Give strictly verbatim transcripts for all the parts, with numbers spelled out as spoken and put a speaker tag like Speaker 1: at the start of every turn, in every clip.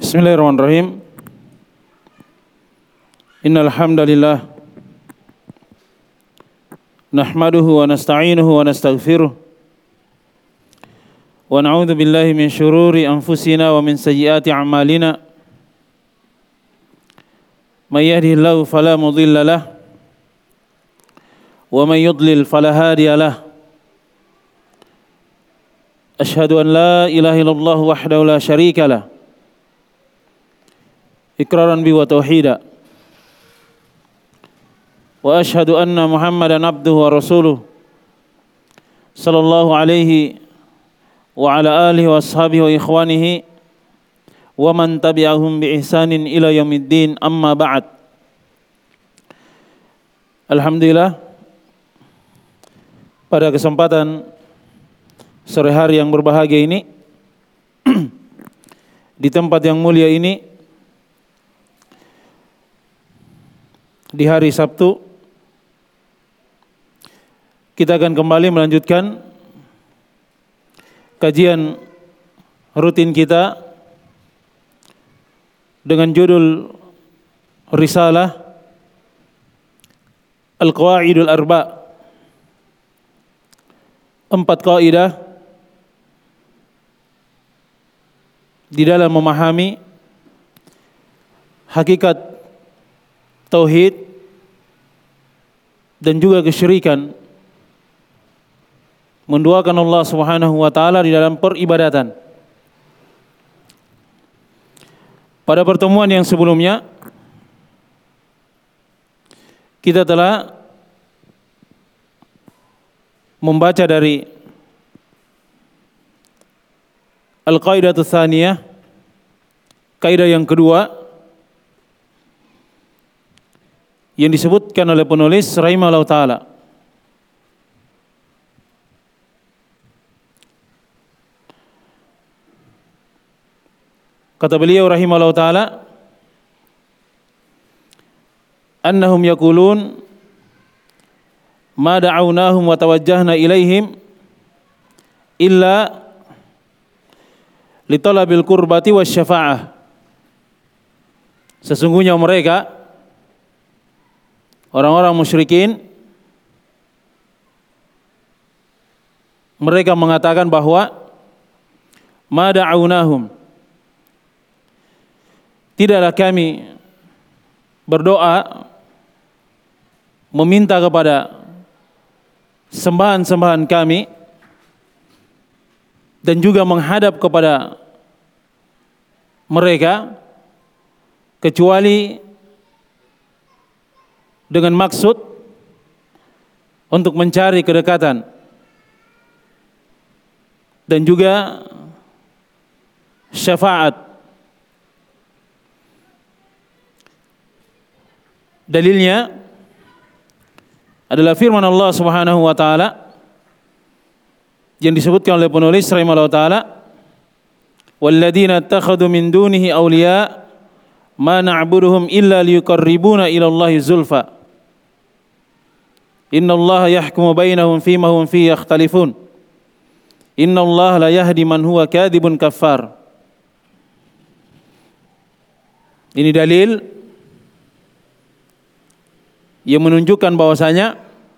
Speaker 1: Bismillahirrahmanirrahim. Innal hamdalillah nahmaduhu wa nasta'inuhu wa nastaghfiruh wa na'udzu billahi min syururi anfusina wa min sayyiati a'malina. May yahdihillahu fala mudilla lahu wa may yudlil fala hadiya lahu. Asyhadu an la ilaha illallah wahdahu la syarika lahu iqraran bi wa tauhida wa asyhadu anna Muhammadan abduhu wa rasuluh sallallahu alaihi wa ala alihi wa ashabihi wa ikhwanihi wa man tabi'ahum bi ihsanin ila yaumiddin, amma ba'd. Alhamdulillah, pada kesempatan sore hari yang berbahagia ini di tempat yang mulia ini, di hari Sabtu, kita akan kembali melanjutkan kajian rutin kita dengan judul Risalah Al-Qawaidul Arba', empat kaidah di dalam memahami hakikat tauhid dan juga kesyirikan, menduakan Allah Subhanahu wa taala di dalam peribadatan. Pada pertemuan yang sebelumnya kita telah membaca dari Al-Qaidatus Tsaniyah, kaidah yang kedua yang disebutkan oleh penulis rahimahullah ta'ala. Kata beliau rahimahullah ta'ala, annahum yaqulun ma da'awnahum wa tawajjahna ilaihim illa li talabil qurbati wasyafa'ah. Sesungguhnya mereka, orang-orang musyrikin, mereka mengatakan bahwa ma da'awnahum, tidaklah kami berdoa meminta kepada sembahan-sembahan kami dan juga menghadap kepada mereka kecuali dengan maksud untuk mencari kedekatan dan juga syafaat. Dalilnya adalah firman Allah Subhanahu wa taala yang disebutkan oleh penulis rahimahullah taala, walladzina ittakhadhu min dunihi awliya ma na'buduhum illa liyuqarribuna ila Allahi zulfa innallaha yahkumu bainahum fima hum fihi yakhtalifun innallaha la yahdi man huwa kadhibun kaffar. Ini dalil yang menunjukkan bahwasanya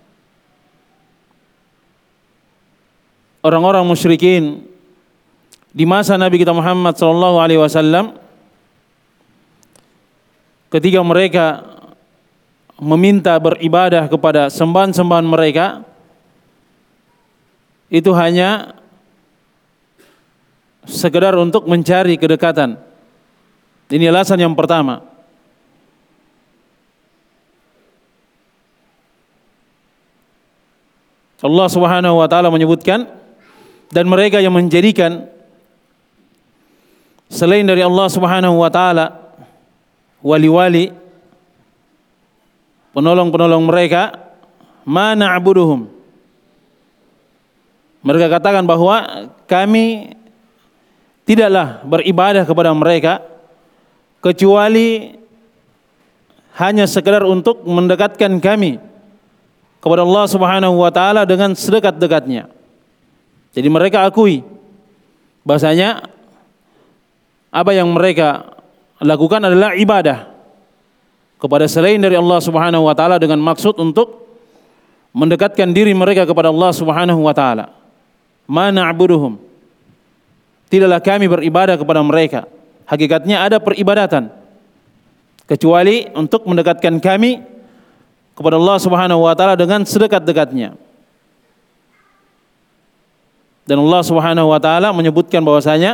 Speaker 1: orang-orang musyrikin di masa Nabi kita Muhammad sallallahu alaihi wasallam, ketika mereka meminta beribadah kepada sembahan-sembahan mereka, itu hanya sekedar untuk mencari kedekatan. Ini alasan yang pertama. Allah Subhanahu wa taala menyebutkan, dan mereka yang menjadikan selain dari Allah Subhanahu wa taala wali-wali, penolong-penolong mereka, ma na'buduhum, mereka katakan bahwa kami tidaklah beribadah kepada mereka kecuali hanya sekedar untuk mendekatkan kami kepada Allah Subhanahu wa taala dengan sedekat-dekatnya. Jadi mereka akui bahasanya apa yang mereka lakukan adalah ibadah kepada selain dari Allah Subhanahu wa taala dengan maksud untuk mendekatkan diri mereka kepada Allah Subhanahu wa taala. Ma na'buduhum, tidaklah kami beribadah kepada mereka. Hakikatnya ada peribadatan kecuali untuk mendekatkan kami kepada Allah Subhanahu wa taala dengan sedekat-dekatnya. Dan Allah Subhanahu wa taala menyebutkan bahwasanya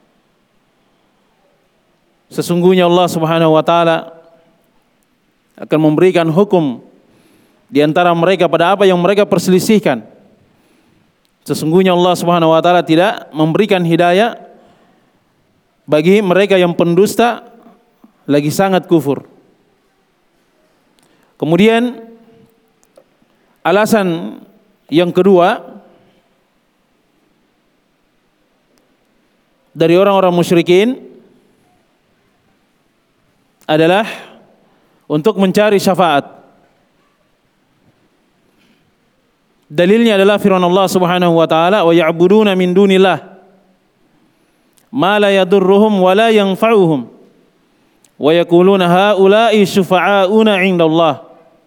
Speaker 1: sesungguhnya Allah Subhanahu wa taala akan memberikan hukum di antara mereka pada apa yang mereka perselisihkan. Sesungguhnya Allah Subhanahu wa taala tidak memberikan hidayah bagi mereka yang pendusta lagi sangat kufur. Kemudian alasan yang kedua dari orang-orang musyrikin adalah untuk mencari syafaat. Dalilnya adalah firman Allah Subhanahu wa taala, "Wa ya'buduna min dunillah ma la yadurruhum wa la yanfa'uhum wa yaquluna haula'i syufa'auna 'indallah."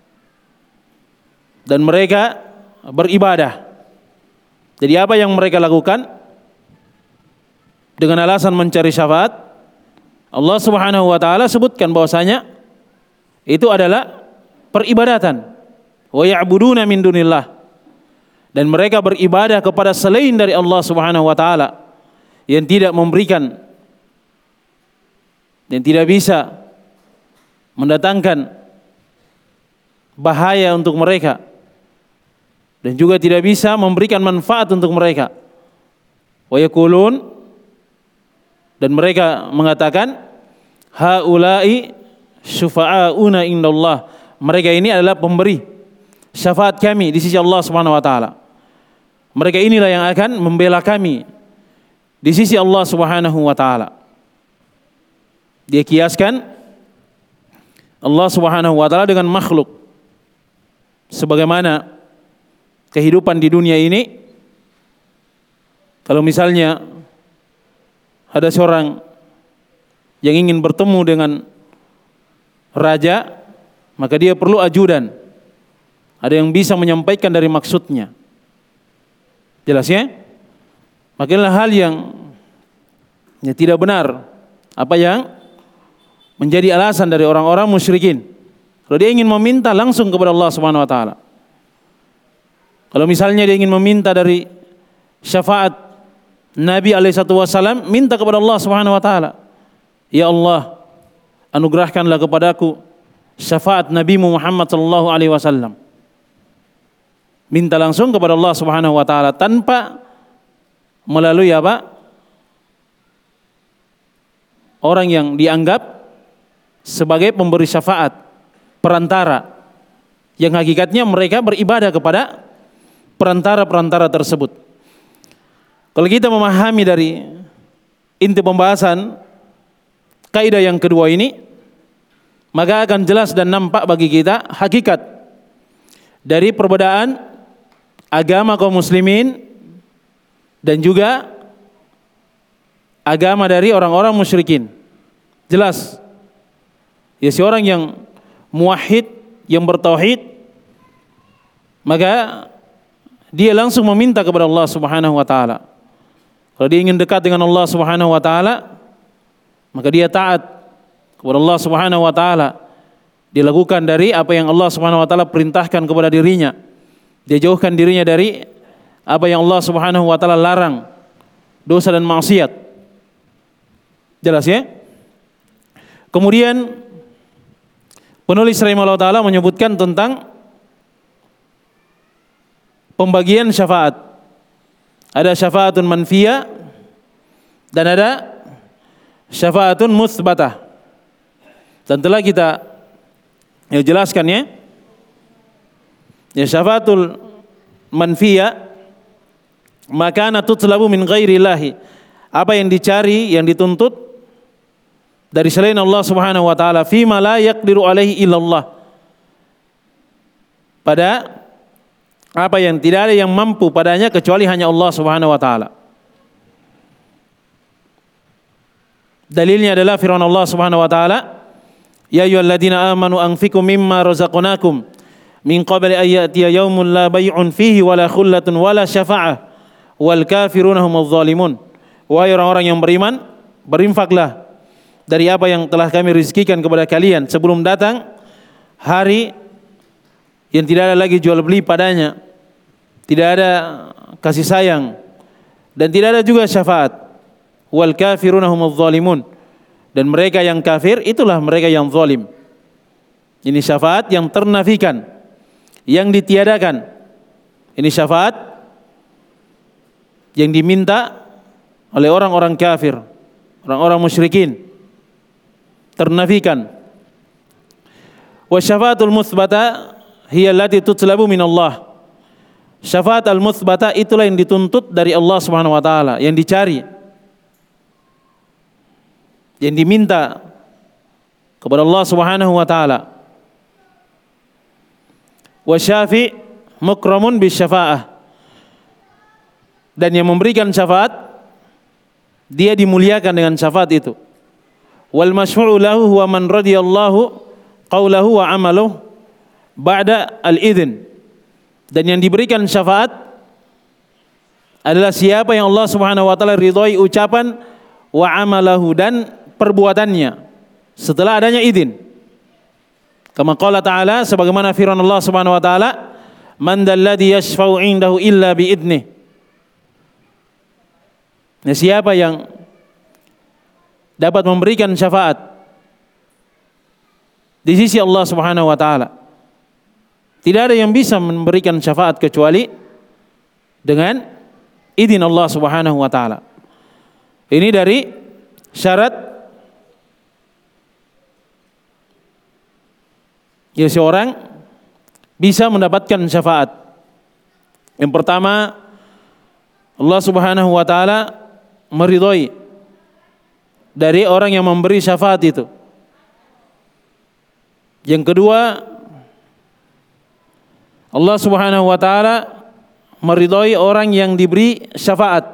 Speaker 1: Dan mereka beribadah. Jadi apa yang mereka lakukan? Dengan alasan mencari syafaat, Allah Subhanahu wa taala sebutkan bahwasanya itu adalah peribadatan. Wa ya'buduna min dunillah, dan mereka beribadah kepada selain dari Allah Subhanahu wa taala yang tidak memberikan, yang tidak bisa mendatangkan bahaya untuk mereka dan juga tidak bisa memberikan manfaat untuk mereka. Wa yaqulun, dan mereka mengatakan haula'i syufa'auna indallah, mereka ini adalah pemberi syafaat kami di sisi Allah Subhanahu wa taala. Mereka inilah yang akan membela kami di sisi Allah Subhanahu wa taala. Dia kiaskan Allah Subhanahu wa taala dengan makhluk. Sebagaimana kehidupan di dunia ini, kalau misalnya ada seorang yang ingin bertemu dengan raja, maka dia perlu ajudan. Ada yang bisa menyampaikan dari maksudnya. Jelas ya? Makinlah hal yang ya, tidak benar, apa yang menjadi alasan dari orang-orang musyrikin. Kalau dia ingin meminta langsung kepada Allah Subhanahu wa taala. Kalau misalnya dia ingin meminta dari syafaat Nabi alaihi wasallam, minta kepada Allah Subhanahu wa taala. Ya Allah, anugerahkanlah kepadaku syafaat Nabi Muhammad sallallahu alaihi wasallam. Minta langsung kepada Allah Subhanahu wa taala tanpa melalui apa? Orang yang dianggap sebagai pemberi syafaat, perantara, yang hakikatnya mereka beribadah kepada perantara-perantara tersebut. Kalau kita memahami dari inti pembahasan kaidah yang kedua ini, maka akan jelas dan nampak bagi kita hakikat dari perbedaan agama kaum muslimin dan juga agama dari orang-orang musyrikin. Jelas. Ya, si orang yang muwahhid, yang bertauhid, maka dia langsung meminta kepada Allah Subhanahu wa taala. Kalau dia ingin dekat dengan Allah Subhanahu wa taala, maka dia taat kepada Allah Subhanahu wa taala. Dia lakukan dari apa yang Allah Subhanahu wa taala perintahkan kepada dirinya. Dia jauhkan dirinya dari apa yang Allah Subhanahu wa taala larang, dosa dan maksiat. Jelas ya? Kemudian penulis rahimahullah taala menyebutkan tentang pembagian syafaat. Ada syafaatun manfiyah dan ada syafaatun musbatah. Dan telah kita ya jelaskan ya. Ya, syafaatul manfiyah maka tutlabu min ghairillahi, apa yang dicari, yang dituntut dari selain Allah Subhanahu wa taala, fima la yaqdiru alaihi illallah, pada apa yang tidak ada yang mampu padanya kecuali hanya Allah Subhanahu wa taala. Dalilnya adalah firman Allah Subhanahu wa taala, "Ya ayyuhalladzina amanu anfiqu mimma razaqnakum min qabli an ya'tiya yaumun la bay'un fihi wala khullatun wala syafa'ah wal kafiruna humudz zalimun." Wahai orang-orang yang beriman, berinfaklah dari apa yang telah kami rezekikan kepada kalian sebelum datang hari yang tidak ada lagi jual beli padanya, tidak ada kasih sayang, dan tidak ada juga syafaat. Wal kafiruna humudz zalimun, dan mereka yang kafir itulah mereka yang zalim. Ini syafaat yang ternafikan, yang ditiadakan. Ini syafaat yang diminta oleh orang-orang kafir, orang-orang musyrikin, ternafikan. Wa syafaatul mutsbata hiya allati tutlabu min Allah. Syafaat al-mutsbata itulah yang dituntut dari Allah Subhanahu wa taala, yang dicari, yang diminta kepada Allah Subhanahu wa taala. Wa syafi' mukramun bisyafa'ah, dan yang memberikan syafaat dia dimuliakan dengan syafaat itu. Wal masyfu'u lahu huwa man radiyallahu qawlahu wa amaluhu ba'da al-idzn, dan yang diberikan syafaat adalah siapa yang Allah Subhanahu wa taala ridhoi ucapan wa amalahu dan perbuatannya setelah adanya izin. Kama qala ta'ala, sebagaimana firman Allah Subhanahu wa taala, "Man dzalladzi yashfa'u 'indahu illa bi idnih." Nah, siapa yang dapat memberikan syafaat di sisi Allah Subhanahu wa taala? Tidak ada yang bisa memberikan syafaat kecuali dengan izin Allah Subhanahu wa taala. Ini dari syarat ya seorang bisa mendapatkan syafaat. Yang pertama, Allah Subhanahu wa taala meridhoi dari orang yang memberi syafaat itu. Yang kedua, Allah Subhanahu wa taala meridhoi orang yang diberi syafaat.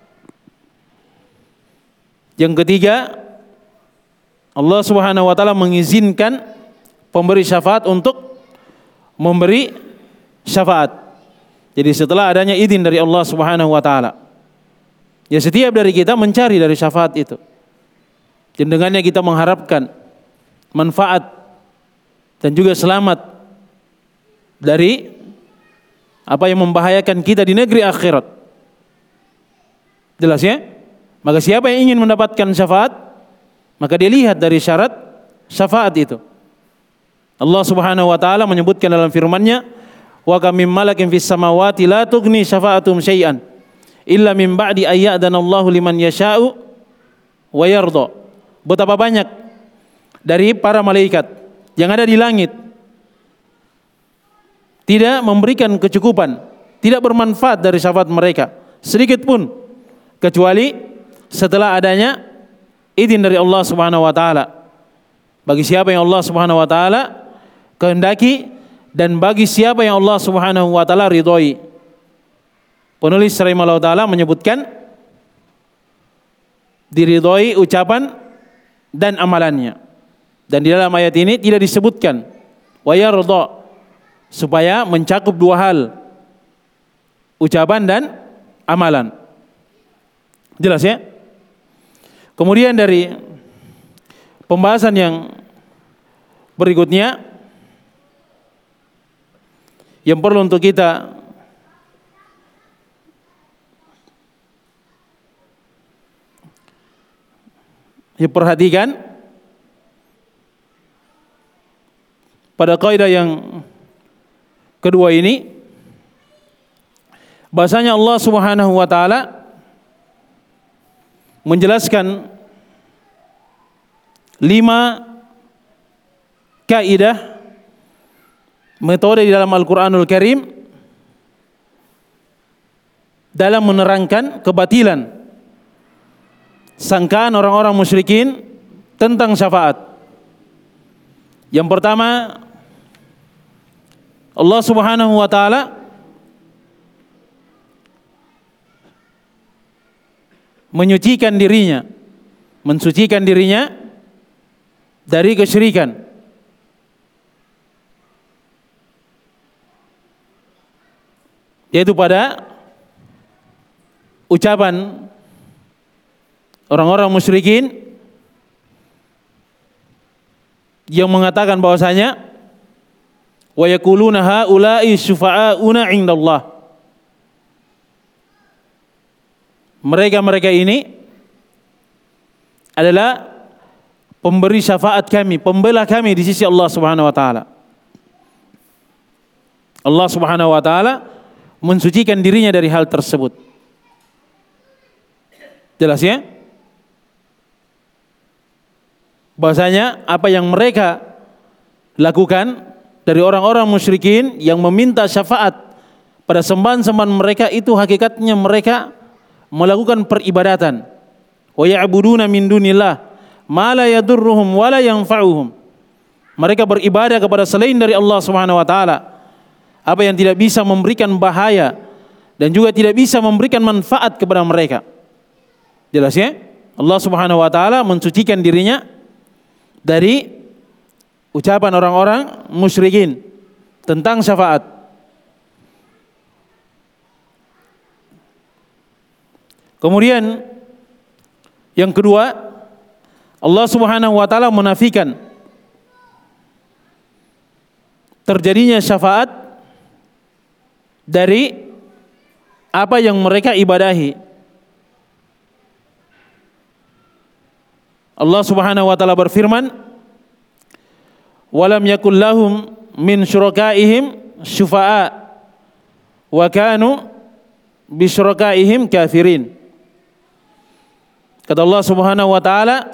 Speaker 1: Yang ketiga, Allah Subhanahu wa taala mengizinkan pemberi syafaat untuk memberi syafaat. Jadi setelah adanya izin dari Allah Subhanahu wa taala, ya setiap dari kita mencari dari syafaat itu. Dan dengannya kita mengharapkan manfaat dan juga selamat dari apa yang membahayakan kita di negeri akhirat. Jelas ya? Maka siapa yang ingin mendapatkan syafaat, maka dia lihat dari syarat syafaat itu. Allah Subhanahu wa taala menyebutkan dalam firman-Nya, "Wa kam min malakin fis samawati la tughni syafa'atuhum syai'an illa min ba'di ay ya'dhanallahu liman yasha'u wa yarda." Betapa banyak dari para malaikat yang ada di langit tidak memberikan kecukupan, tidak bermanfaat dari syafaat mereka sedikit pun, kecuali setelah adanya izin dari Allah Subhanahu wa taala. Bagi siapa yang Allah Subhanahu wa taala kehendaki dan bagi siapa yang Allah Subhanahu wa taala ridhoi. Penulis rahimahullah taala menyebutkan diridhoi ucapan dan amalannya. Dan di dalam ayat ini tidak disebutkan wa yarda, supaya mencakup dua hal, ucapan dan amalan. Jelas ya? Kemudian dari pembahasan yang berikutnya yang perlu untuk kita diperhatikan pada kaidah yang kedua ini, bahasanya Allah Subhanahu wa taala menjelaskan lima kaidah metode di dalam Al-Qur'anul Karim dalam menerangkan kebatilan sangkaan orang-orang musyrikin tentang syafaat. Yang pertama, Allah Subhanahu wa taala menyucikan dirinya mensucikan dirinya dari kesyirikan. Yaitu pada ucapan orang-orang musyrikin yang mengatakan bahwasanya wa yaquluna haula'i syufa'auna 'indallah. Mereka-mereka ini adalah pemberi syafaat kami, pembela kami di sisi Allah Subhanahu wa taala. Allah Subhanahu wa taala mensucikan dirinya dari hal tersebut. Jelas ya? Bahasanya apa yang mereka lakukan dari orang-orang musyrikin yang meminta syafaat pada sembahan-sembahan mereka, itu hakikatnya mereka melakukan peribadatan. Wa ya'buduna min dunillah ma la yadurruhum wa la yanfa'uhum. Mereka beribadah kepada selain dari Allah Subhanahu wa taala, apa yang tidak bisa memberikan bahaya dan juga tidak bisa memberikan manfaat kepada mereka. Jelas ya? Allah Subhanahu wa taala mensucikan dirinya dari ucapan orang-orang musyrikin tentang syafaat. Kemudian yang kedua, Allah Subhanahu wa taala menafikan terjadinya syafaat dari apa yang mereka ibadahi. Allah Subhanahu wa taala berfirman, "Walam yakul lahum min syurakaihim syufa'a wa kanu bi syurakaihim kafirin." Kata Allah Subhanahu wa taala,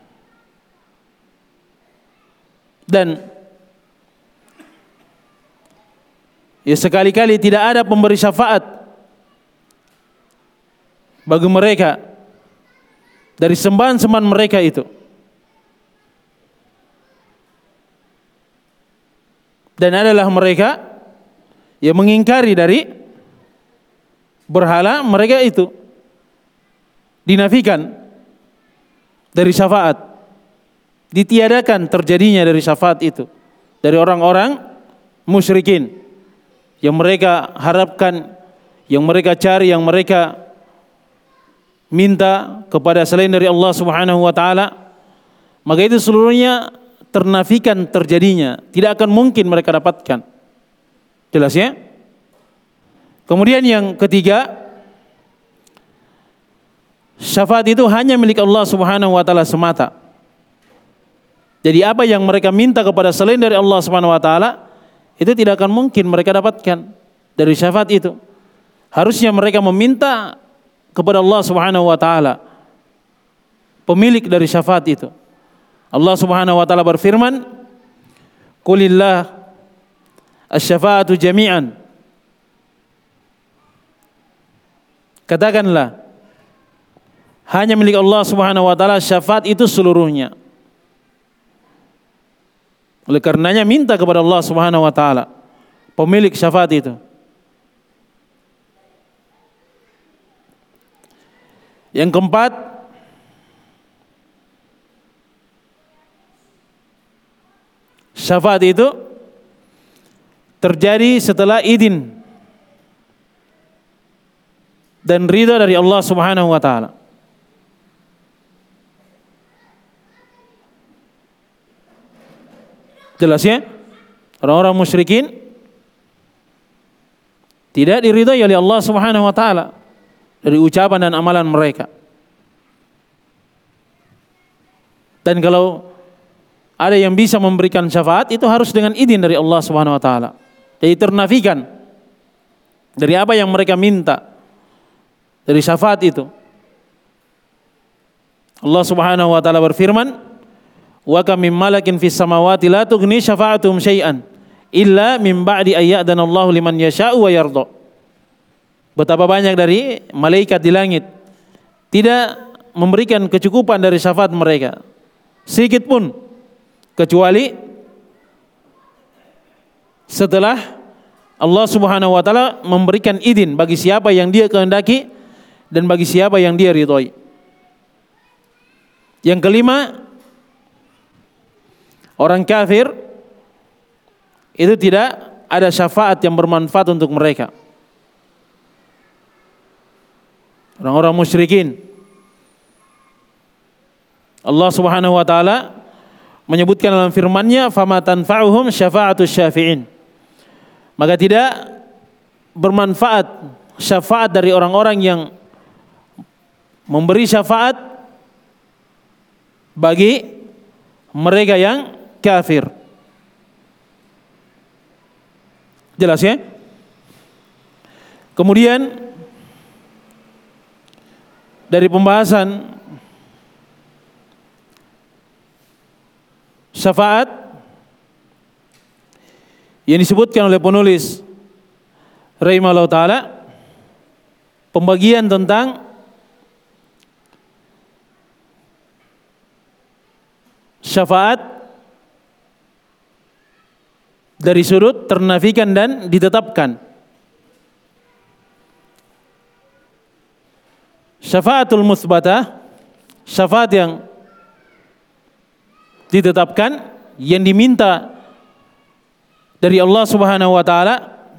Speaker 1: dan ya sekali-kali tidak ada pemberi syafaat bagi mereka dari sembahan-sembahan mereka itu. Dan adalah mereka yang mengingkari dari berhala mereka itu, dinafikan dari syafaat, ditiadakan terjadinya dari syafaat itu dari orang-orang musyrikin yang mereka harapkan, yang mereka cari, yang mereka minta kepada selain dari Allah Subhanahu wa taala, maka itu seluruhnya ternafikan terjadinya, tidak akan mungkin mereka dapatkan. Jelas ya? Kemudian yang ketiga, syafaat itu hanya milik Allah Subhanahu wa taala semata. Jadi apa yang mereka minta kepada selain dari Allah Subhanahu wa taala, itu tidak akan mungkin mereka dapatkan dari syafaat itu. Harusnya mereka meminta kepada Allah Subhanahu wa taala, pemilik dari syafaat itu. Allah Subhanahu wa taala berfirman, "Qulillah asy-syafa'atu jami'an." Katakanlah, hanya milik Allah Subhanahu wa taala syafaat itu seluruhnya. Oleh karenanya minta kepada Allah Subhanahu wa taala, pemilik syafaat itu. Yang keempat, syafaat itu terjadi setelah izin dan ridha dari Allah Subhanahu wa taala. Jelas ya? Orang-orang musyrikin tidak diridhai oleh Allah Subhanahu wa taala dari ucapan dan amalan mereka. Dan kalau ada yang bisa memberikan syafaat, itu harus dengan izin dari Allah Subhanahu wa taala. Jadi ternafikan dari apa yang mereka minta dari syafaat itu. Allah Subhanahu wa taala berfirman, "Wa kam min malakin fis samawati la tughni syafa'atuhum syai'an illa min ba'di ayyadana Allahu liman yasha'u wa yarda." Betapa banyak dari malaikat di langit tidak memberikan kecukupan dari syafaat mereka sedikit pun, kecuali setelah Allah Subhanahu wa taala memberikan izin bagi siapa yang Dia kehendaki dan bagi siapa yang Dia ridhoi. Yang kelima, orang kafir itu tidak ada syafaat yang bermanfaat untuk mereka. Orang-orang musyrikin, Allah Subhanahu wa taala menyebutkan dalam firman-Nya, "Fama tanfa'uhum syafa'atus syafi'in." Maka tidak bermanfaat syafaat dari orang-orang yang memberi syafaat bagi mereka yang kafir. Jelas ya? Kemudian dari pembahasan syafaat yang disebutkan oleh penulis rahimahullah ta'ala, pembagian tentang syafaat dari sudut ternafikan dan ditetapkan. Syafaatul musbatah, syafaat yang ditetapkan, yang diminta dari Allah Subhanahu wa taala,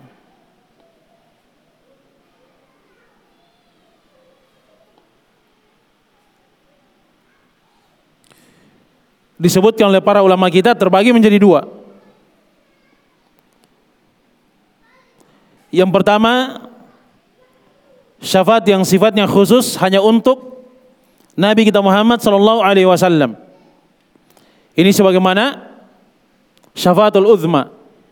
Speaker 1: disebutkan oleh para ulama kita terbagi menjadi dua. Yang pertama, syafaat yang sifatnya khusus hanya untuk Nabi kita Muhammad sallallahu alaihi wasallam. Ini sebagaimana syafaatul uzma.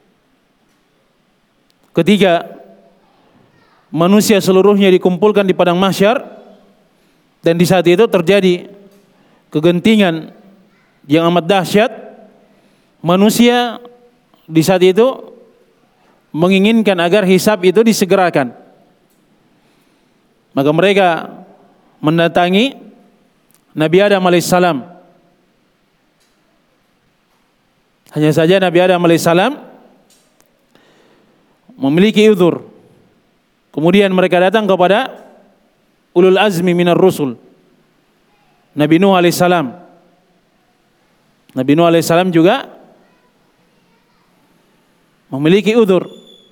Speaker 1: Ketika manusia seluruhnya dikumpulkan di padang mahsyar dan di saat itu terjadi kegentingan yang amat dahsyat, manusia di saat itu menginginkan agar hisab itu disegerakan. Maka mereka mendatangi Nabi Adam alaihissalam. Hanya saja Nabi Adam alaihissalam memiliki uzur. Kemudian mereka datang kepada ulul azmi minar rusul, Nabi Nuh alaihissalam. Nabi Nuh alaihissalam juga memiliki uzur.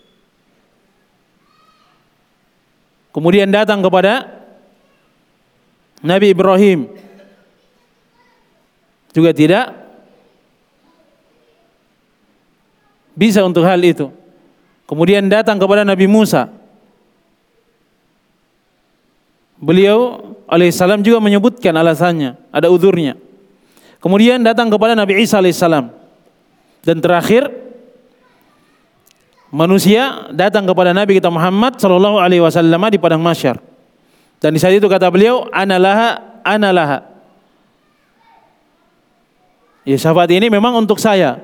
Speaker 1: Kemudian datang kepada Nabi Ibrahim, juga tidak bisa untuk hal itu. Kemudian datang kepada Nabi Musa, beliau alaihissalam juga menyebutkan alasannya, ada uzurnya. Kemudian datang kepada Nabi Isa alaihissalam, dan terakhir manusia datang kepada Nabi kita Muhammad sallallahu alaihi wasallam di padang mahsyar. Dan di saat itu kata beliau, analaha analaha. Ya, syafaat ini memang untuk saya.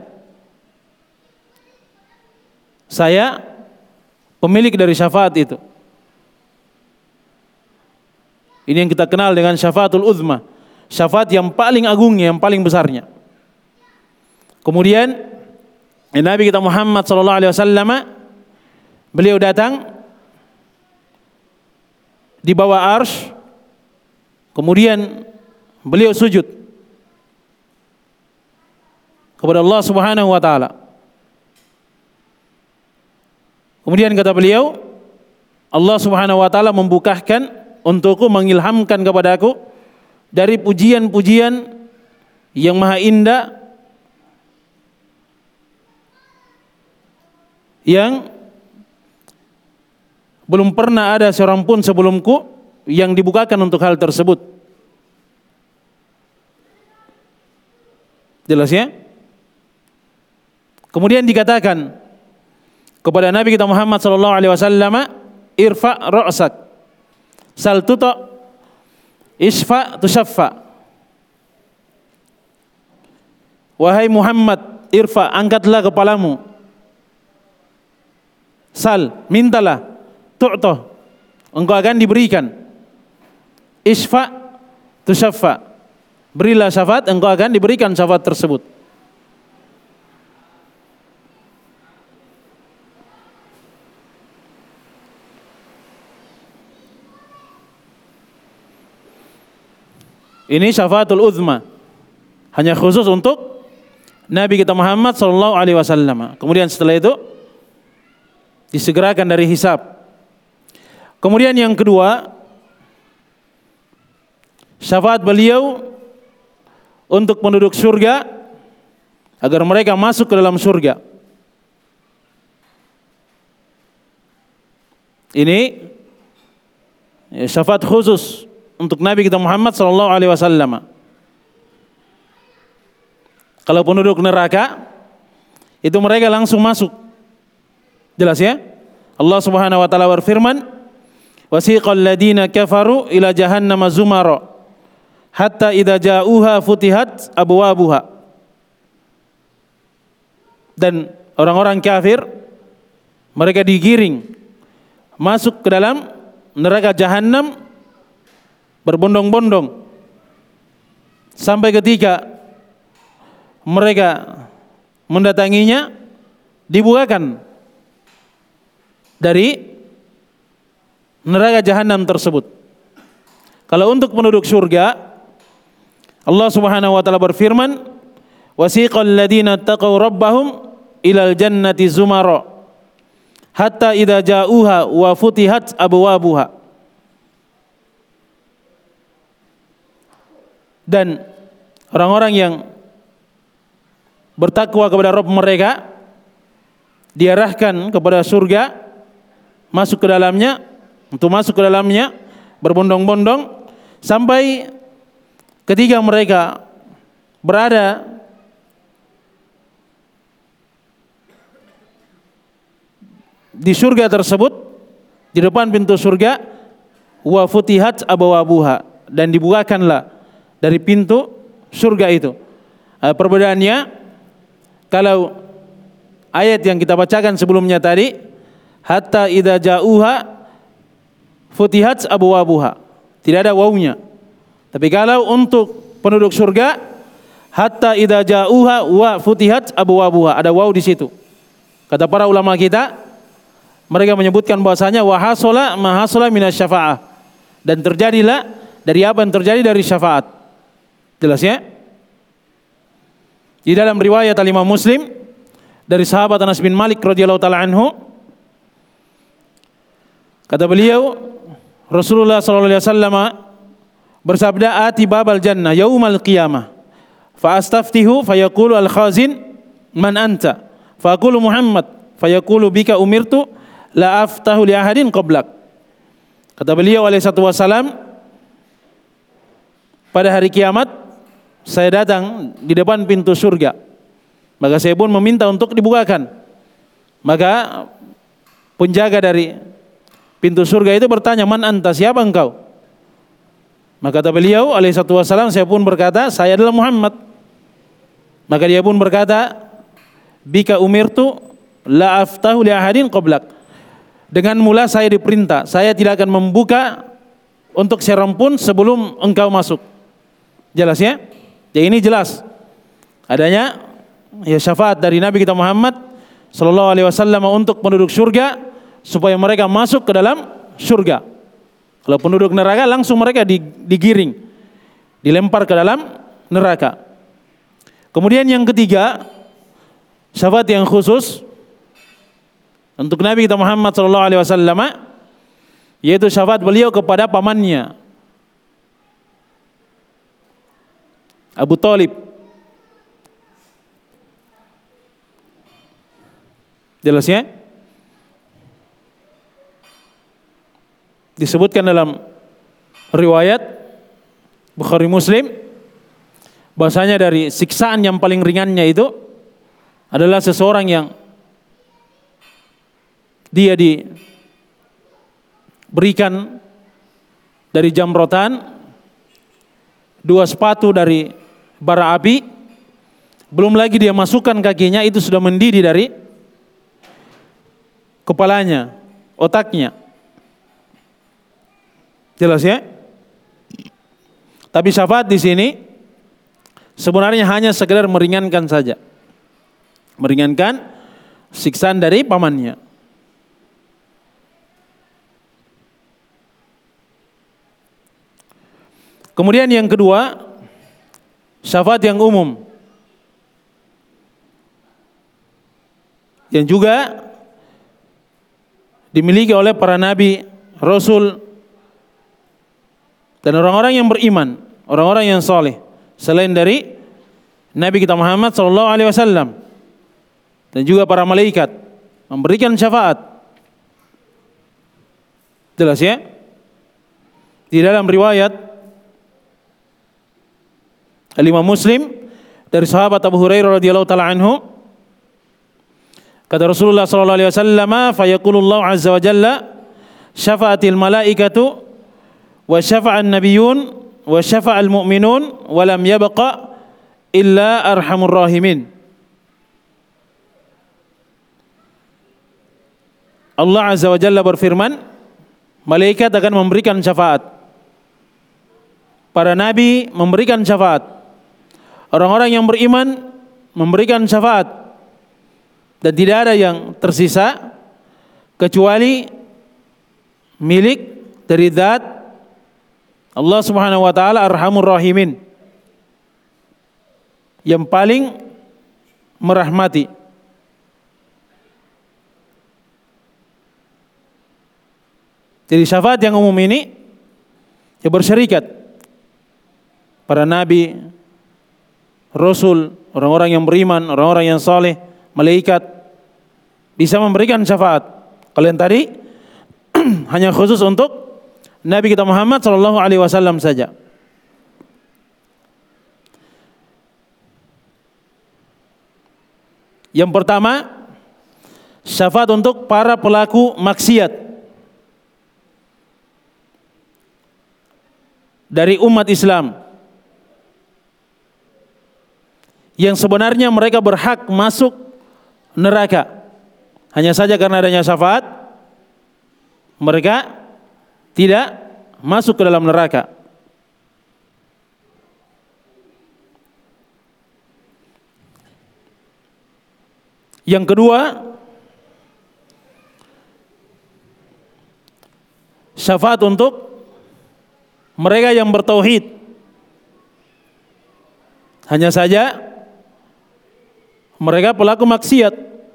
Speaker 1: Saya pemilik dari syafaat itu. Ini yang kita kenal dengan syafaatul uzma, syafaat yang paling agungnya, yang paling besarnya. Kemudian Nabi kita Muhammad sallallahu alaihi wasallam, beliau datang di bawah arsy, kemudian beliau sujud kepada Allah Subhanahu wa taala. Kemudian kata beliau, Allah Subhanahu wa taala membukakan untukku, mengilhamkan kepadaku dari pujian-pujian yang maha indah yang belum pernah ada seorang pun sebelumku yang dibukakan untuk hal tersebut. Jelas ya? Kemudian dikatakan kepada Nabi kita Muhammad sallallahu alaihi wasallam, irfa ra'sak, sal tuta, isfa tushaffa. Wahai Muhammad, irfa, angkatlah kepalamu, sal, mintalah, tu'ta, engkau akan diberikan, isfa tushaffa, berilah syafaat, engkau akan diberikan syafaat tersebut. Ini syafaatul uzma, hanya khusus untuk Nabi kita Muhammad sallallahu alaihi wasallam. Kemudian setelah itu disegerakan dari hisab. Kemudian yang kedua, syafaat beliau untuk penduduk surga agar mereka masuk ke dalam surga. Ini syafaat khusus untuk Nabi kita Muhammad sallallahu alaihi wasallam. Kalau penduduk neraka itu mereka langsung masuk. Jelas ya? Allah Subhanahu wa taala berfirman, "Wasiqal ladina kafaru ila jahannama zumara hatta idza ja'uha futihat abwabuha." Dan orang-orang kafir mereka digiring masuk ke dalam neraka jahanam berbondong-bondong sampai ketika mereka mendatanginya dibukakan dari neraka jahanam tersebut. Kalau untuk penduduk surga, Allah Subhanahu wa taala berfirman, "Wasiqal ladzina taqaw rabbahum ilal jannati zumara hatta idza ja'uha wa futihat abwabuha." Dan orang-orang yang bertakwa kepada Rabb mereka diarahkan kepada surga, masuk ke dalamnya, untuk masuk ke dalamnya berbondong-bondong sampai ketika mereka berada di surga tersebut, di depan pintu surga, wa futihat abwabuha, dan dibukakanlah dari pintu surga itu. E, perbedaannya, kalau ayat yang kita bacakan sebelumnya tadi, hatta idza ja'uha futihat abwabuha, tidak ada wawunya. Tapi kalau untuk penduduk surga, hatta idza ja'uha wa futihat abwabuha, ada waw di situ. Kata para ulama kita, mereka menyebutkan bahwasanya wa hasala ma hasala minasy-syafa'ah, dan terjadilah dari apa yang terjadi dari syafaat. Jelas ya? Di dalam riwayat Al-Imam Muslim dari sahabat Anas bin Malik radhiyallahu taala anhu, kata beliau, Rasulullah sallallahu alaihi wasallam bersabda, "Ati babal jannah yaumal qiyamah fa astaftihu fayaqulu al-khazin man anta fa aqulu Muhammad fayaqulu bika umirtu la aftahu li ahadin qablak." Kata beliau alaihi wasallam, pada hari kiamat saya datang di depan pintu surga, maka saya pun meminta untuk dibukakan. Maka penjaga dari pintu surga itu bertanya, "Man anta, siapa engkau?" Maka kata beliau alaihi wasallam, saya pun berkata, "Saya adalah Muhammad." Maka dia pun berkata, "Bika umirtu la aftahu li ahadin qablak." Dengan mula saya diperintah, saya tidak akan membuka untuk seorang pun sebelum engkau masuk. Jelas ya? Ya, ini jelas adanya ya syafaat dari Nabi kita Muhammad sallallahu alaihi wasallam untuk penduduk surga supaya mereka masuk ke dalam surga. Kalau penduduk neraka langsung mereka digiring, dilempar ke dalam neraka. Kemudian yang ketiga, syafaat yang khusus untuk Nabi kita Muhammad sallallahu alaihi wasallam, yaitu syafaat beliau kepada pamannya Abu Thalib. Jelas ya? Disebutkan dalam riwayat Bukhari Muslim bahwasanya dari siksaan yang paling ringannya itu adalah seseorang yang dia diberikan dari jamrotan dua sepatu dari bara api, belum lagi dia masukkan kakinya, itu sudah mendidih dari kepalanya, otaknya. Jelas ya? Tapi syafaat di sini sebenarnya hanya sekedar meringankan saja, meringankan siksaan dari pamannya. Kemudian yang kedua, syafaat yang umum, yang juga dimiliki oleh para nabi, rasul, dan orang-orang yang beriman, orang-orang yang saleh selain dari Nabi kita Muhammad sallallahu alaihi wasallam, dan juga para malaikat memberikan syafaat. Jelas ya? Di dalam riwayat Al-Imam Muslim dari sahabat Abu Hurairah radhiyallahu taala anhu, kata Rasulullah sallallahu alaihi wasallam, fa yaqulullahu azza wa jalla syafa'atil malaikatu wa syafa'an nabiyyun wa syafa'al mu'minun wa lam yabqa illa arhamur rahimin. Allah azza wa jalla berfirman, malaikat akan memberikan syafaat, para nabi memberikan syafaat, orang-orang yang beriman memberikan syafaat, dan tidak ada yang tersisa kecuali milik dari zat Allah Subhanahu wa taala Arhamur Rahimin, yang paling merahmati. Jadi syafaat yang umum ini ya bersyarikat para nabi, rasul, orang-orang yang beriman, orang-orang yang saleh, malaikat bisa memberikan syafaat. Kalau yang tadi hanya khusus untuk Nabi kita Muhammad sallallahu alaihi wasallam saja. Yang pertama, syafaat untuk para pelaku maksiat dari umat Islam yang sebenarnya mereka berhak masuk neraka, hanya saja karena adanya syafaat mereka tidak masuk ke dalam neraka. Yang kedua, syafaat untuk mereka yang bertauhid, hanya saja mereka pelaku maksiat,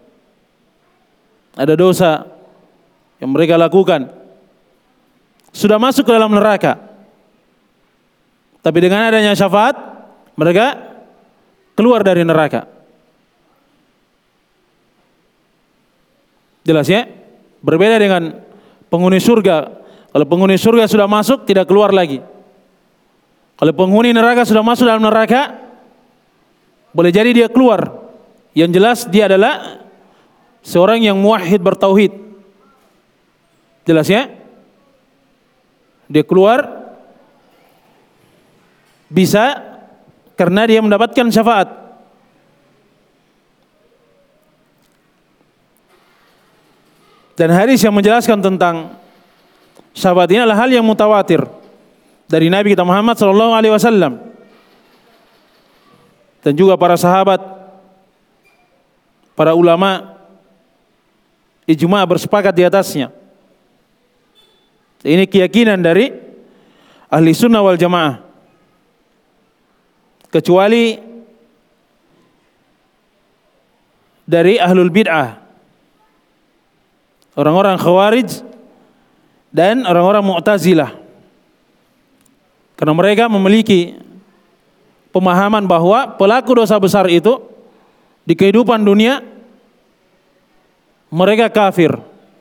Speaker 1: ada dosa yang mereka lakukan, sudah masuk ke dalam neraka, tapi dengan adanya syafaat mereka keluar dari neraka. Jelas ya? Berbeda dengan penghuni surga. Kalau penghuni surga sudah masuk tidak keluar lagi. Kalau penghuni neraka sudah masuk dalam neraka, boleh jadi dia keluar. Yang jelas dia adalah seorang yang muwahhid bertauhid. Jelas ya? Dia keluar bisa karena dia mendapatkan syafaat. Dan hadis yang menjelaskan tentang syafaat ini adalah hal yang mutawatir dari Nabi kita Muhammad sallallahu alaihi wasallam dan juga para sahabat, para ulama ijma' bersepakat di atasnya. Ini keyakinan dari ahli sunnah wal jamaah, kecuali dari ahlul bid'ah, orang-orang khawarij dan orang-orang mu'tazilah, karena mereka memiliki pemahaman bahwa pelaku dosa besar itu di kehidupan dunia mereka kafir.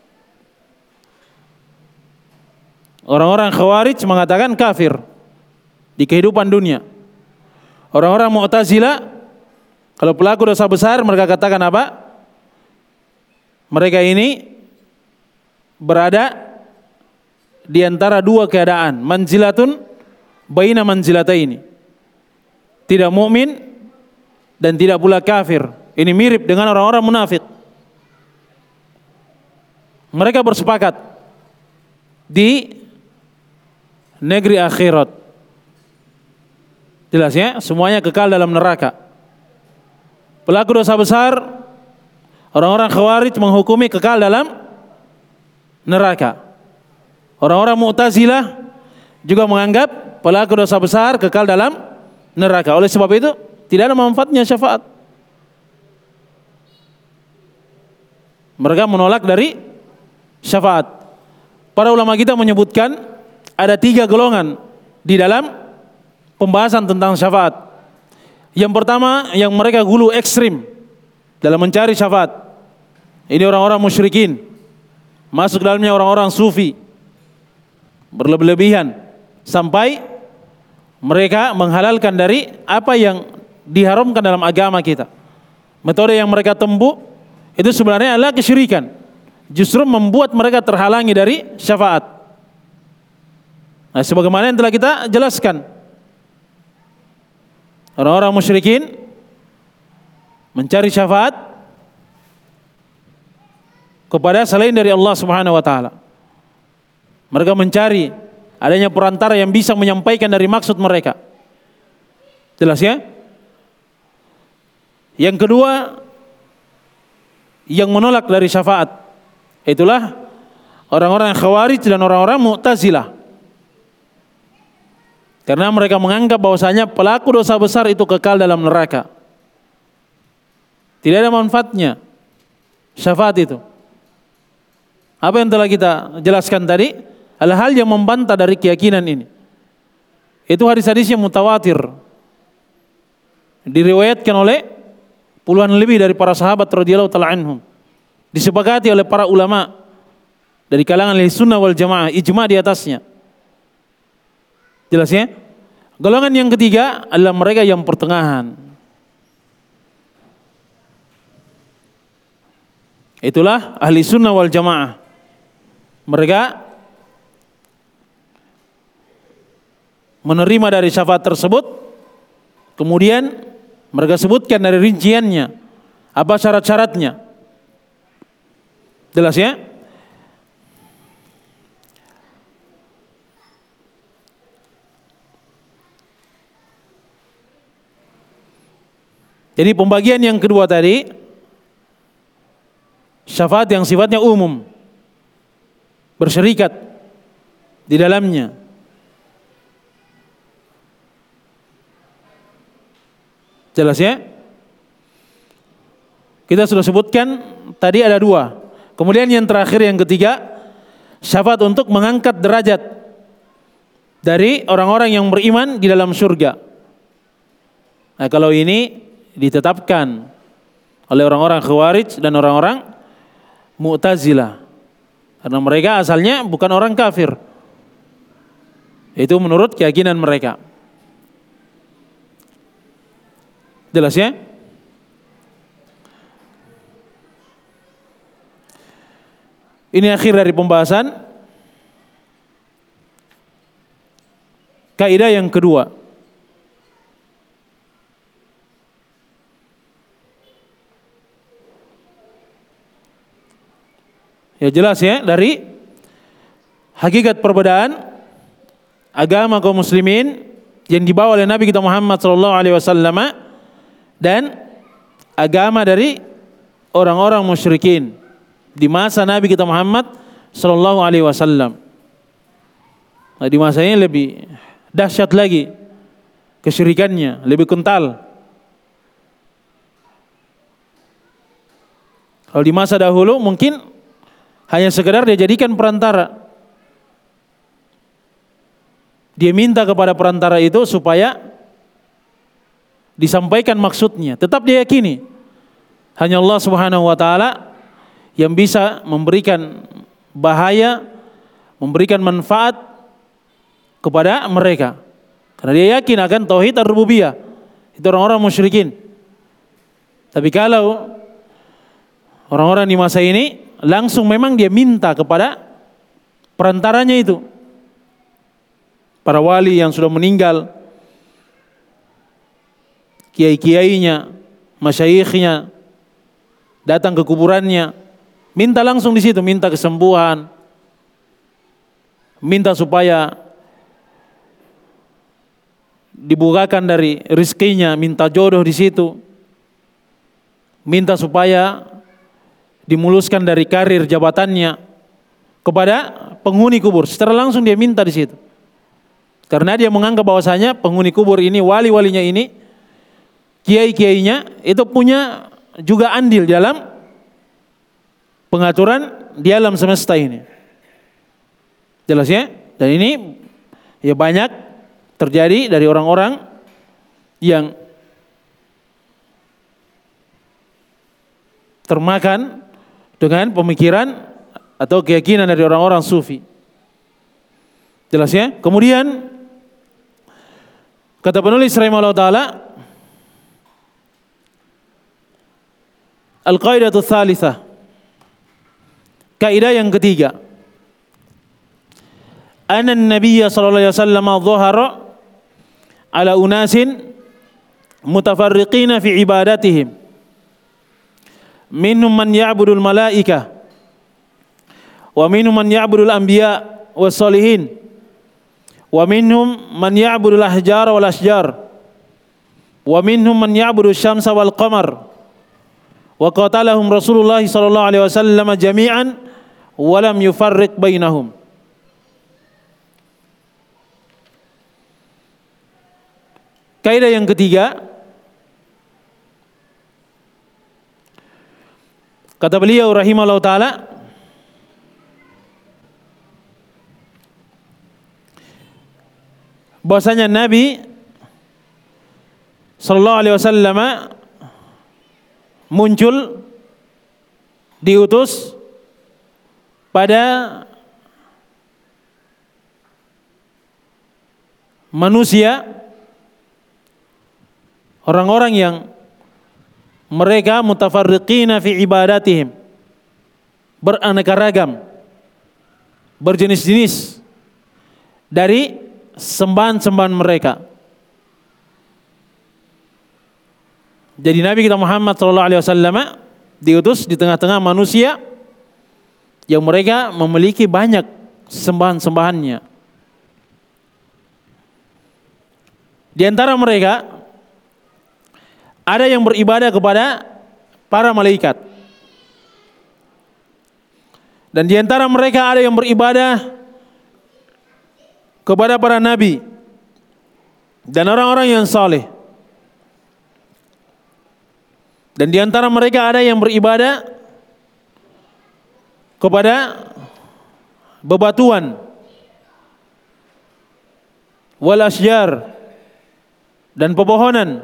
Speaker 1: Orang-orang khawarij mengatakan kafir di kehidupan dunia. Orang-orang mu'tazilah kalau pelaku dosa besar mereka katakan apa? Mereka ini berada di antara dua keadaan, manzilatun baina manzilataini, tidak mukmin dan tidak pula kafir. Ini mirip dengan orang-orang munafik. Mereka bersepakat di negeri akhirat. Jelas ya, semuanya kekal dalam neraka. Pelaku dosa besar, orang-orang khawarij menghukumi kekal dalam neraka. Orang-orang Mu'tazilah juga menganggap pelaku dosa besar kekal dalam neraka. Oleh sebab itu tidak ada manfaatnya syafaat. Mereka menolak dari syafaat. Para ulama kita menyebutkan ada tiga golongan di dalam pembahasan tentang syafaat. Yang pertama, yang mereka gulu ekstrim dalam mencari syafaat. Ini orang-orang musyrikin. Masuk dalamnya orang-orang sufi. Berlebih-lebihan sampai mereka menghalalkan dari apa yang diharamkan dalam agama kita. Metode yang mereka tempuh itu sebenarnya adalah kesyirikan. Justru membuat mereka terhalangi dari syafaat. Nah, sebagaimana yang telah kita jelaskan, orang-orang musyrikin mencari syafaat kepada selain dari Allah Subhanahu wa taala. Mereka mencari adanya perantara yang bisa menyampaikan dari maksud mereka. Jelas ya? Yang kedua, yang menolak dari syafaat, itulah orang-orang Khawarij dan orang-orang Mu'tazilah. Karena mereka menganggap bahwasanya pelaku dosa besar itu kekal dalam neraka. Tidak ada manfaatnya syafaat itu. Apa yang telah kita jelaskan tadi adalah hal yang membantah dari keyakinan ini. Itu hadis-hadis yang mutawatir, diriwayatkan oleh puluhan lebih dari para sahabat radhiyallahu taala anhum, disepakati oleh para ulama dari kalangan Ahlussunnah wal Jamaah, ijma di atasnya. Jelas ya? Golongan yang ketiga adalah mereka yang pertengahan. Itulah Ahlussunnah wal Jamaah. Mereka menerima dari syafaat tersebut, kemudian mereka sebutkan dari rinciannya, apa syarat-syaratnya. Jelas ya? Jadi pembagian yang kedua tadi, syafaat yang sifatnya umum, bersyarikat di dalamnya. Jelas ya? Kita sudah sebutkan tadi ada dua. Kemudian yang terakhir yang ketiga, syafaat untuk mengangkat derajat dari orang-orang yang beriman di dalam surga. Nah, kalau ini ditetapkan oleh orang-orang Khawarij dan orang-orang Mu'tazilah. Karena mereka asalnya bukan orang kafir. Itu menurut keyakinan mereka. Jelas ya? Ini akhir dari pembahasan kaidah yang kedua. Ya jelas ya, dari hakikat perbedaan agama kaum muslimin yang dibawa oleh Nabi kita Muhammad sallallahu alaihi wasallam dan agama dari orang-orang musyrikin di masa Nabi kita Muhammad sallallahu alaihi wasallam. Nah, di masa ini lebih dahsyat lagi kesyirikannya, lebih kental. Kalau di masa dahulu mungkin hanya sekedar dia jadikan perantara. Dia minta kepada perantara itu supaya disampaikan maksudnya. Tetap dia yakini hanya Allah Subhanahu wa taala yang bisa memberikan bahaya, memberikan manfaat kepada mereka. Karena dia yakin akan tauhid ar-rububiyah. Itu orang-orang musyrikin. Tapi kalau orang-orang di masa ini langsung memang dia minta kepada perantaranya itu, para wali yang sudah meninggal, kiai-kiainya, masyayikhnya, datang ke kuburannya, minta langsung di situ, minta kesembuhan, minta supaya dibukakan dari rezekinya, minta jodoh di situ, minta supaya dimuluskan dari karir jabatannya kepada penghuni kubur. Secara langsung dia minta di situ. Karena dia menganggap bahwasanya penghuni kubur ini, wali-walinya ini, kiai-kiainya itu punya juga andil dalam pengaturan di alam semesta ini. Jelas ya? Dan ini ya banyak terjadi dari orang-orang yang termakan dengan pemikiran atau keyakinan dari orang-orang sufi. Jelas ya? Kemudian kata penulis rahimahullah ta'ala, al-qaidatu tsalitsah, kaidah yang ketiga, anna an-nabiyya sallallahu alaihi wasallam dhahara ala unasin mutafarriqina fi ibadatihim, minhum man ya'budul malaikah wa minhum man ya'budul anbiya was salihin wa minhum man ya'budul ahjar wal asjar wa minhum man ya'budul syamsa wal qamar wa qatalahum Rasulullah sallallahu alaihi wasallam jami'an wa lam yufarriq bainahum. Kaidah yang ketiga, kata beliau rahimahullah ta'ala, bahwasanya Nabi sallallahu alaihi wasallam muncul, diutus pada manusia, orang-orang yang mereka mutafarriqina fi ibadatihim, beraneka ragam, berjenis-jenis dari sembahan-sembahan mereka. Jadi Nabi kita Muhammad sallallahu alaihi wasallam diutus di tengah-tengah manusia yang mereka memiliki banyak sembahan-sembahannya. Di antara mereka ada yang beribadah kepada para malaikat. Dan di antara mereka ada yang beribadah kepada para nabi dan orang-orang yang saleh. Dan di antara mereka ada yang beribadah kepada bebatuan, wal asjar, dan pepohonan.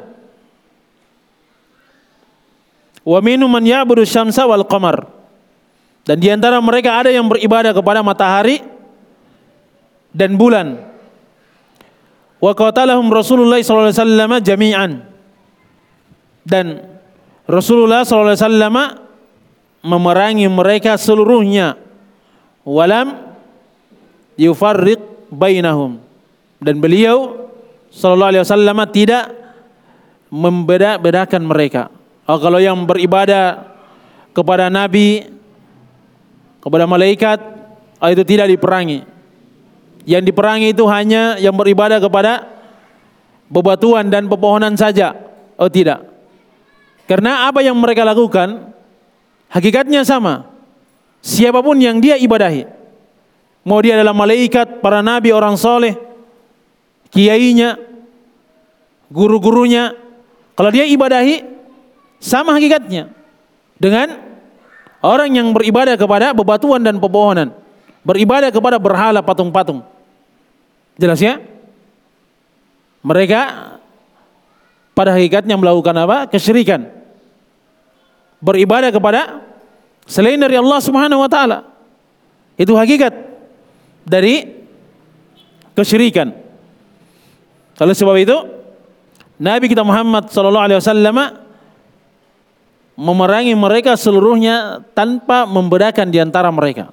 Speaker 1: Wa minhum man ya'budu syamsa wal qamar. Dan di antara mereka ada yang beribadah kepada matahari dan bulan. Wa qatalahum Rasulullah sallallahu alaihi wasallam jami'an. Dan Rasulullah sallallahu alaihi wasallam memerangi mereka seluruhnya. Walam yufarriq bainahum. Dan beliau sallallahu alaihi wasallam tidak membeda-bedakan mereka. Oh, kalau yang beribadah kepada nabi, kepada malaikat, oh, itu tidak diperangi. Yang diperangi itu hanya yang beribadah kepada bebatuan dan pepohonan saja. Oh tidak. Karena apa yang mereka lakukan hakikatnya sama. Siapapun yang dia ibadahi, mau dia adalah malaikat, para nabi, orang soleh, kiainya, guru-gurunya, kalau dia ibadahi sama hakikatnya dengan orang yang beribadah kepada bebatuan dan pepohonan, beribadah kepada berhala, patung-patung. Jelas ya? Mereka pada hakikatnya melakukan apa? Kesyirikan. Beribadah kepada selain dari Allah Subhanahu wa taala. Itu hakikat dari kesyirikan. Oleh sebab itu, Nabi kita Muhammad sallallahu alaihi wasallam memerangi mereka seluruhnya tanpa membedakan di antara mereka.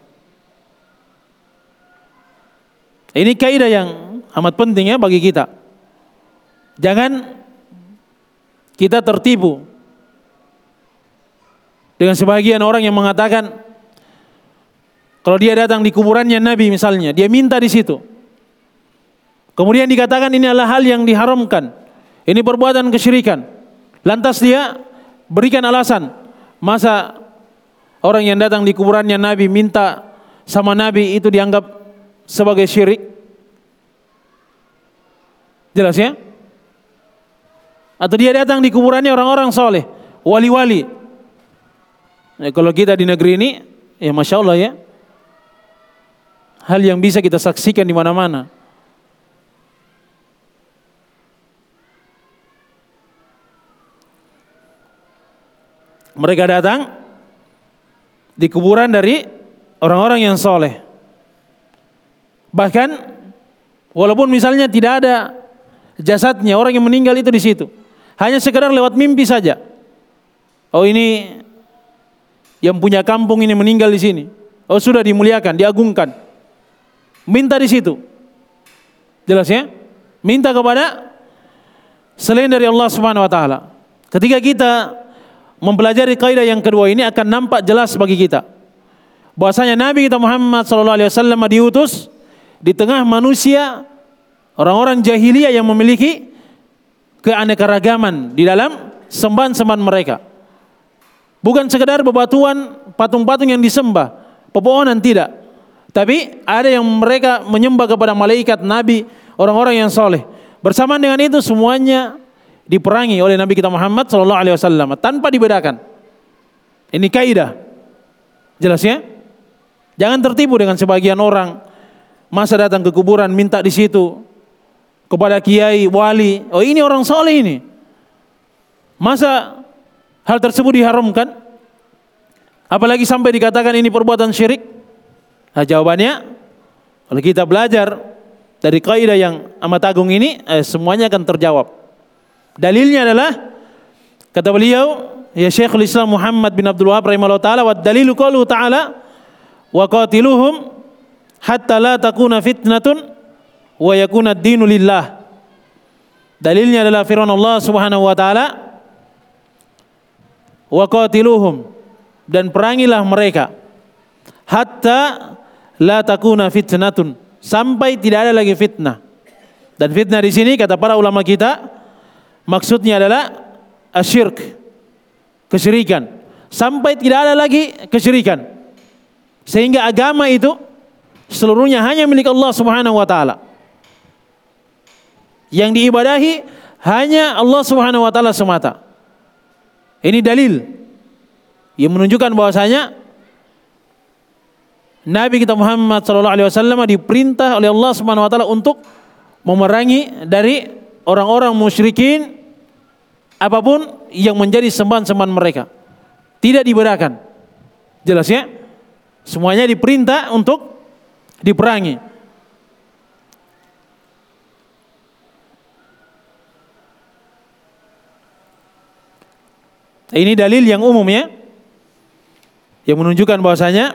Speaker 1: Ini kaidah yang amat penting ya bagi kita. Jangan kita tertipu dengan sebagian orang yang mengatakan kalau dia datang di kuburannya Nabi misalnya, dia minta di situ. Kemudian dikatakan ini adalah hal yang diharamkan. Ini perbuatan kesyirikan. Lantas dia berikan alasan, masa orang yang datang di kuburannya Nabi minta sama Nabi itu dianggap sebagai syirik? Jelas ya? Atau dia datang di kuburannya orang-orang soleh, wali-wali. Nah, kalau kita di negeri ini, ya Masya Allah ya, hal yang bisa kita saksikan di mana-mana. Mereka datang di kuburan dari orang-orang yang soleh. Bahkan walaupun misalnya tidak ada jasadnya, orang yang meninggal itu di situ, hanya sekedar lewat mimpi saja. Oh, ini yang punya kampung ini meninggal di sini. Oh, sudah dimuliakan, diagungkan. Minta di situ. Jelas ya? Minta kepada selain dari Allah Subhanahu wa taala. Ketika kita mempelajari kaidah yang kedua ini akan nampak jelas bagi kita bahwasanya Nabi kita Muhammad sallallahu alaihi wasallam diutus di tengah manusia orang-orang jahiliyah yang memiliki keanekaragaman di dalam sembahan-sembahan mereka. Bukan sekedar bebatuan, patung-patung yang disembah, pepohonan tidak. Tapi ada yang mereka menyembah kepada malaikat, nabi, orang-orang yang soleh. Bersamaan dengan itu semuanya diperangi oleh Nabi kita Muhammad sallallahu alaihi wasallam tanpa dibedakan. Ini kaidah. Jelas ya? Jangan tertipu dengan sebagian orang masa datang ke kuburan minta di situ kepada kiai, wali. Oh, ini orang soleh ini. Masa hal tersebut diharamkan? Apalagi sampai dikatakan ini perbuatan syirik? Nah, jawabannya kalau kita belajar dari kaidah yang amat agung ini, eh, semuanya akan terjawab. Dalilnya adalah kata beliau, ya Syekhul Islam Muhammad bin Abdul Wahab rahimahullah taala, wa dalilu qauluhu ta'ala wa qatiluhum hatta la takuna fitnatun wa yakuna ad-dinu lillah. Dalilnya adalah firman Allah Subhanahu wa taala, wa qatiluhum, dan perangilah mereka hatta la takuna fitnatun, sampai tidak ada lagi fitnah. Dan fitnah di sini kata para ulama kita maksudnya adalah asyirk, kesyirikan. Sampai tidak ada lagi kesyirikan. Sehingga agama itu seluruhnya hanya milik Allah Subhanahu wa taala. Yang diibadahi hanya Allah Subhanahu wa taala semata. Ini dalil yang menunjukkan bahwasanya Nabi kita Muhammad sallallahu alaihi wasallam diperintah oleh Allah Subhanahu wa taala untuk memerangi dari orang-orang musyrikin apapun yang menjadi sembahan-sembahan mereka. Tidak dibedakan. Jelas ya? Semuanya diperintah untuk diperangi. Ini dalil yang umum ya, yang menunjukkan bahwasanya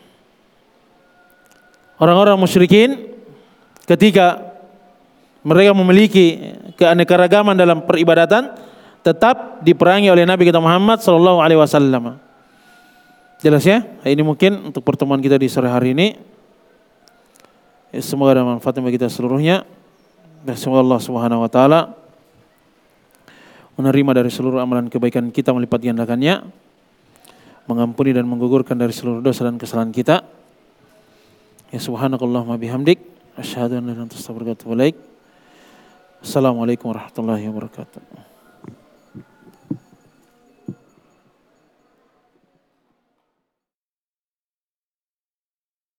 Speaker 1: orang-orang musyrikin ketika mereka memiliki keanekaragaman dalam peribadatan tetap diperangi oleh Nabi kita Muhammad sallallahu alaihi wasallam. Jelas ya? Ini mungkin untuk pertemuan kita di sore hari ini. Semoga ada manfaatnya bagi kita seluruhnya. Dan semoga Allah Subhanahu wa taala menerima dari seluruh amalan kebaikan kita, melipat gandakannya, mengampuni dan menggugurkan dari seluruh dosa dan kesalahan kita. Ya subhanakallahumma bihamdik, asyhadu an la ilaha illa anta astaghfiruka wa atubu ilaik. Assalamualaikum warahmatullahi wabarakatuh.